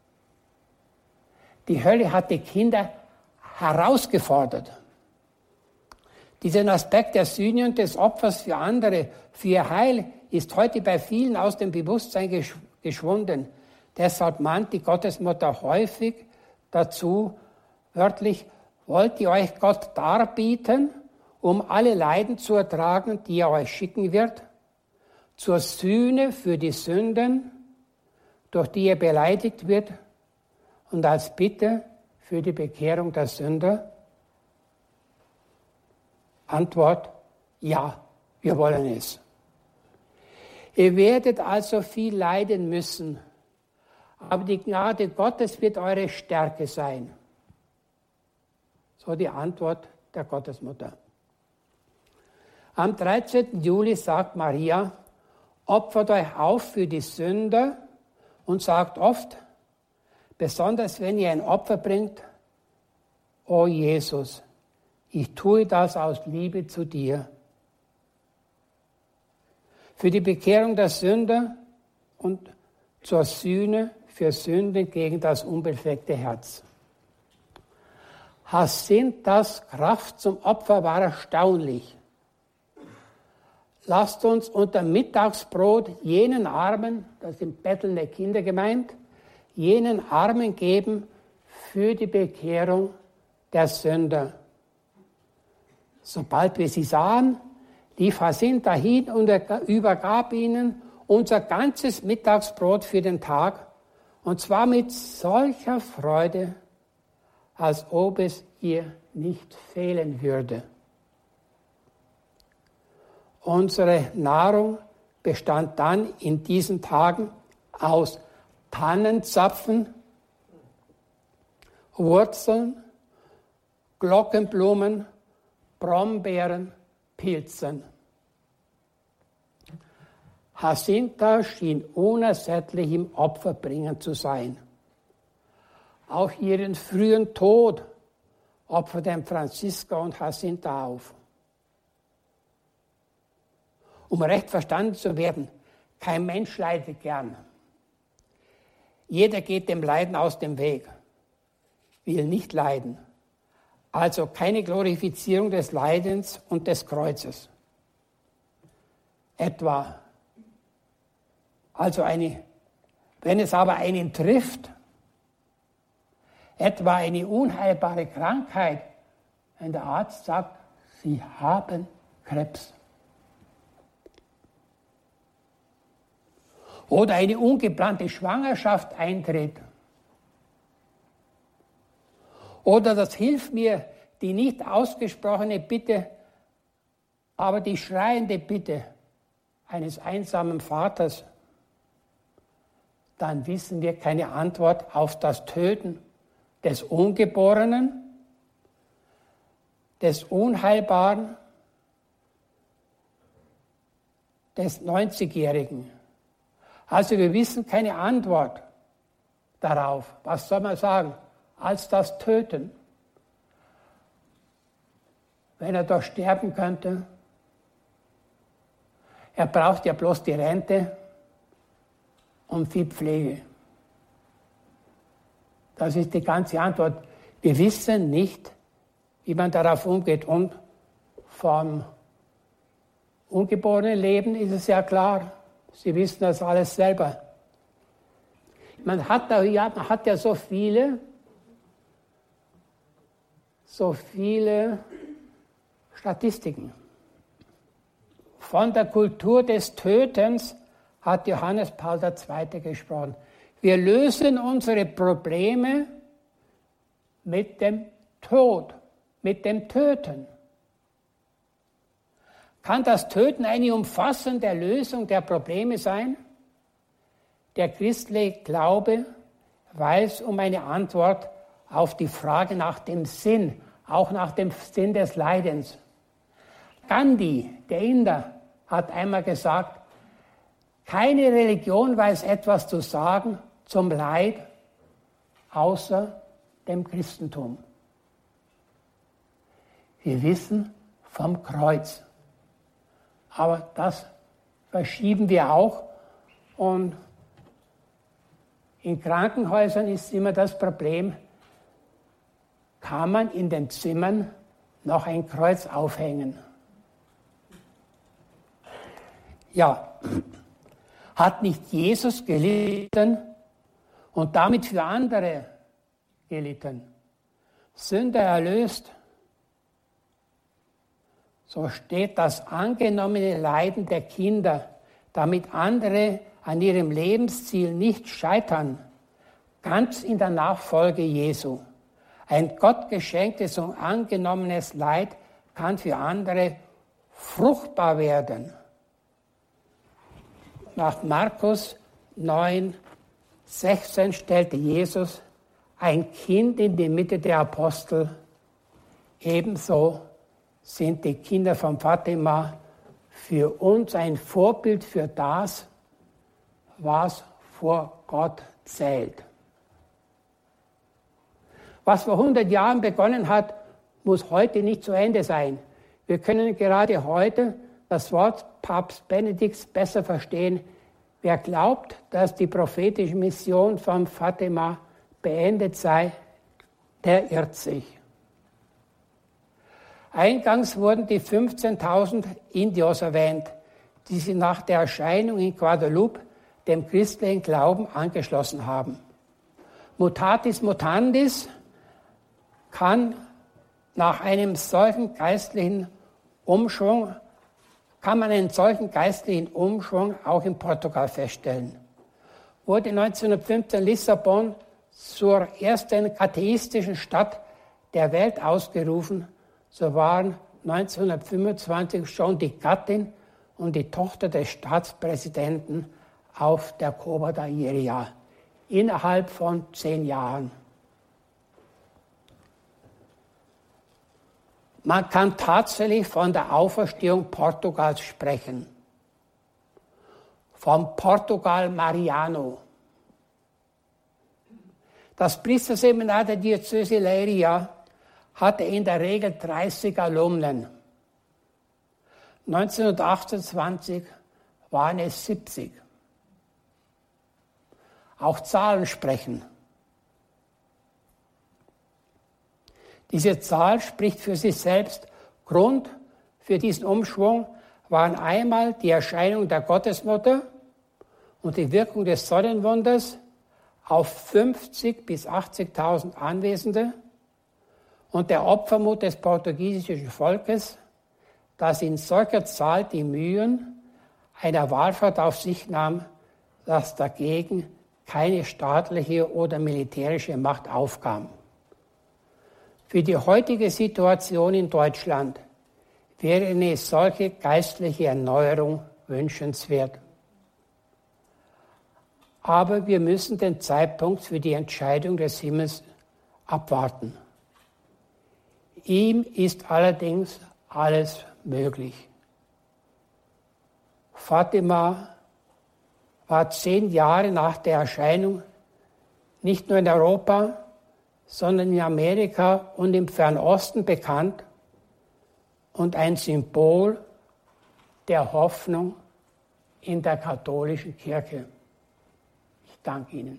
Die Hölle hat die Kinder herausgefordert. Diesen Aspekt der Sühne und des Opfers für andere, für ihr Heil, ist heute bei vielen aus dem Bewusstsein gesch- geschwunden. Deshalb mahnt die Gottesmutter häufig dazu, wörtlich, wollt ihr euch Gott darbieten, um alle Leiden zu ertragen, die er euch schicken wird, zur Sühne für die Sünden, durch die ihr beleidigt wird, und als Bitte für die Bekehrung der Sünder? Antwort, ja, wir wollen es. Ihr werdet also viel leiden müssen, aber die Gnade Gottes wird eure Stärke sein. So die Antwort der Gottesmutter. Am dreizehnten Juli sagt Maria, opfert euch auf für die Sünder und sagt oft, besonders wenn ihr ein Opfer bringt, o Jesus, ich tue das aus Liebe zu dir. Für die Bekehrung der Sünder und zur Sühne für Sünden gegen das unbefleckte Herz. Jacintas Kraft zum Opfer war erstaunlich. Lasst uns unter Mittagsbrot jenen Armen, das sind bettelnde Kinder gemeint, jenen Armen geben für die Bekehrung der Sünder. Sobald wir sie sahen, lief Jacinta hin und übergab ihnen unser ganzes Mittagsbrot für den Tag, und zwar mit solcher Freude, als ob es ihr nicht fehlen würde. Unsere Nahrung bestand dann in diesen Tagen aus Tannenzapfen, Wurzeln, Glockenblumen, Brombeeren, Pilzen. Jacinta schien unersättlich im Opferbringen zu sein. Auch ihren frühen Tod opferten Franziska und Jacinta auf. Um recht verstanden zu werden, kein Mensch leidet gern. Jeder geht dem Leiden aus dem Weg, will nicht leiden. Also keine Glorifizierung des Leidens und des Kreuzes. Etwa, also eine, wenn es aber einen trifft, etwa eine unheilbare Krankheit, wenn der Arzt sagt, Sie haben Krebs. Oder eine ungeplante Schwangerschaft eintritt. Oder das hilft mir, die nicht ausgesprochene Bitte, aber die schreiende Bitte eines einsamen Vaters. Dann wissen wir keine Antwort auf das Töten des Ungeborenen, des Unheilbaren, des neunzigjährigen. Also wir wissen keine Antwort darauf. Was soll man sagen? Als das Töten. Wenn er doch sterben könnte. Er braucht ja bloß die Rente und viel Pflege. Das ist die ganze Antwort. Wir wissen nicht, wie man darauf umgeht. Und vom ungeborenen Leben ist es ja klar. Sie wissen das alles selber. Man hat, da, ja, man hat ja so viele, so viele Statistiken. Von der Kultur des Tötens hat Johannes Paul der Zweite gesprochen. Wir lösen unsere Probleme mit dem Tod, mit dem Töten. Kann das Töten eine umfassende Lösung der Probleme sein? Der christliche Glaube weiß um eine Antwort auf die Frage nach dem Sinn, auch nach dem Sinn des Leidens. Gandhi, der Inder, hat einmal gesagt, keine Religion weiß etwas zu sagen zum Leid, außer dem Christentum. Wir wissen vom Kreuz. Aber das verschieben wir auch. Und in Krankenhäusern ist immer das Problem, kann man in den Zimmern noch ein Kreuz aufhängen? Ja, hat nicht Jesus gelitten und damit für andere gelitten, Sünder erlöst? So steht das angenommene Leiden der Kinder, damit andere an ihrem Lebensziel nicht scheitern, ganz in der Nachfolge Jesu. Ein Gott geschenktes und angenommenes Leid kann für andere fruchtbar werden. Nach Markus neun, sechzehn stellte Jesus ein Kind in die Mitte der Apostel. Ebenso sind die Kinder von Fatima für uns ein Vorbild für das, was vor Gott zählt. Was vor hundert Jahren begonnen hat, muss heute nicht zu Ende sein. Wir können gerade heute das Wort Papst Benedikts besser verstehen. Wer glaubt, dass die prophetische Mission von Fatima beendet sei, der irrt sich. Eingangs wurden die fünfzehntausend Indios erwähnt, die sich nach der Erscheinung in Guadeloupe dem christlichen Glauben angeschlossen haben. Mutatis mutandis kann nach einem solchen geistlichen Umschwung, kann man einen solchen geistlichen Umschwung auch in Portugal feststellen. Wurde neunzehnhundertfünfzehn Lissabon zur ersten atheistischen Stadt der Welt ausgerufen, so waren neunzehnhundertfünfundzwanzig schon die Gattin und die Tochter des Staatspräsidenten auf der Copa da Iria, innerhalb von zehn Jahren. Man kann tatsächlich von der Auferstehung Portugals sprechen. Vom Portugal Mariano. Das Priesterseminar der Diözese Leiria hatte in der Regel dreißig Alumnen. neunzehnhundertachtundzwanzig waren es siebzig. Auch Zahlen sprechen. Diese Zahl spricht für sich selbst. Grund für diesen Umschwung waren einmal die Erscheinung der Gottesmutter und die Wirkung des Sonnenwunders auf fünfzigtausend bis achtzigtausend Anwesende und der Opfermut des portugiesischen Volkes, das in solcher Zahl die Mühen einer Wallfahrt auf sich nahm, dass dagegen keine staatliche oder militärische Macht aufkam. Für die heutige Situation in Deutschland wäre eine solche geistliche Erneuerung wünschenswert. Aber wir müssen den Zeitpunkt für die Entscheidung des Himmels abwarten. Ihm ist allerdings alles möglich. Fatima war zehn Jahre nach der Erscheinung nicht nur in Europa, sondern in Amerika und im Fernen Osten bekannt und ein Symbol der Hoffnung in der katholischen Kirche. Ich danke Ihnen.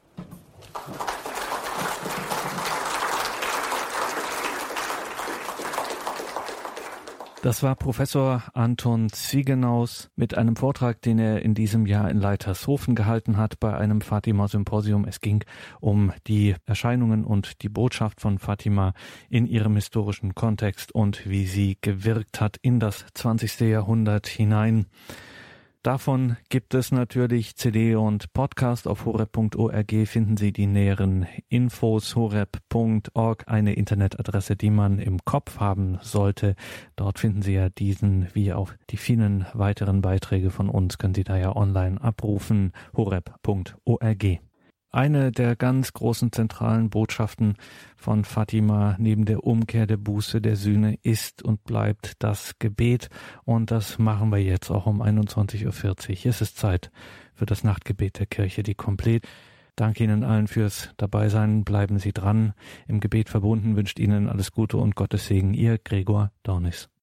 Das war Professor Anton Ziegenaus mit einem Vortrag, den er in diesem Jahr in Leitershofen gehalten hat bei einem Fatima-Symposium. Es ging um die Erscheinungen und die Botschaft von Fatima in ihrem historischen Kontext und wie sie gewirkt hat in das zwanzigste Jahrhundert hinein. Davon gibt es natürlich C D und Podcast. Auf horeb punkt org finden Sie die näheren Infos. horeb punkt org, eine Internetadresse, die man im Kopf haben sollte. Dort finden Sie ja diesen, wie auch die vielen weiteren Beiträge von uns, können Sie da ja online abrufen. horeb punkt org. Eine der ganz großen zentralen Botschaften von Fatima neben der Umkehr, der Buße, der Sühne ist und bleibt das Gebet. Und das machen wir jetzt auch um einundzwanzig Uhr vierzig. Es ist Zeit für das Nachtgebet der Kirche, die Komplett. Danke Ihnen allen fürs Dabeisein. Bleiben Sie dran. Im Gebet verbunden wünscht Ihnen alles Gute und Gottes Segen. Ihr Gregor Dornis.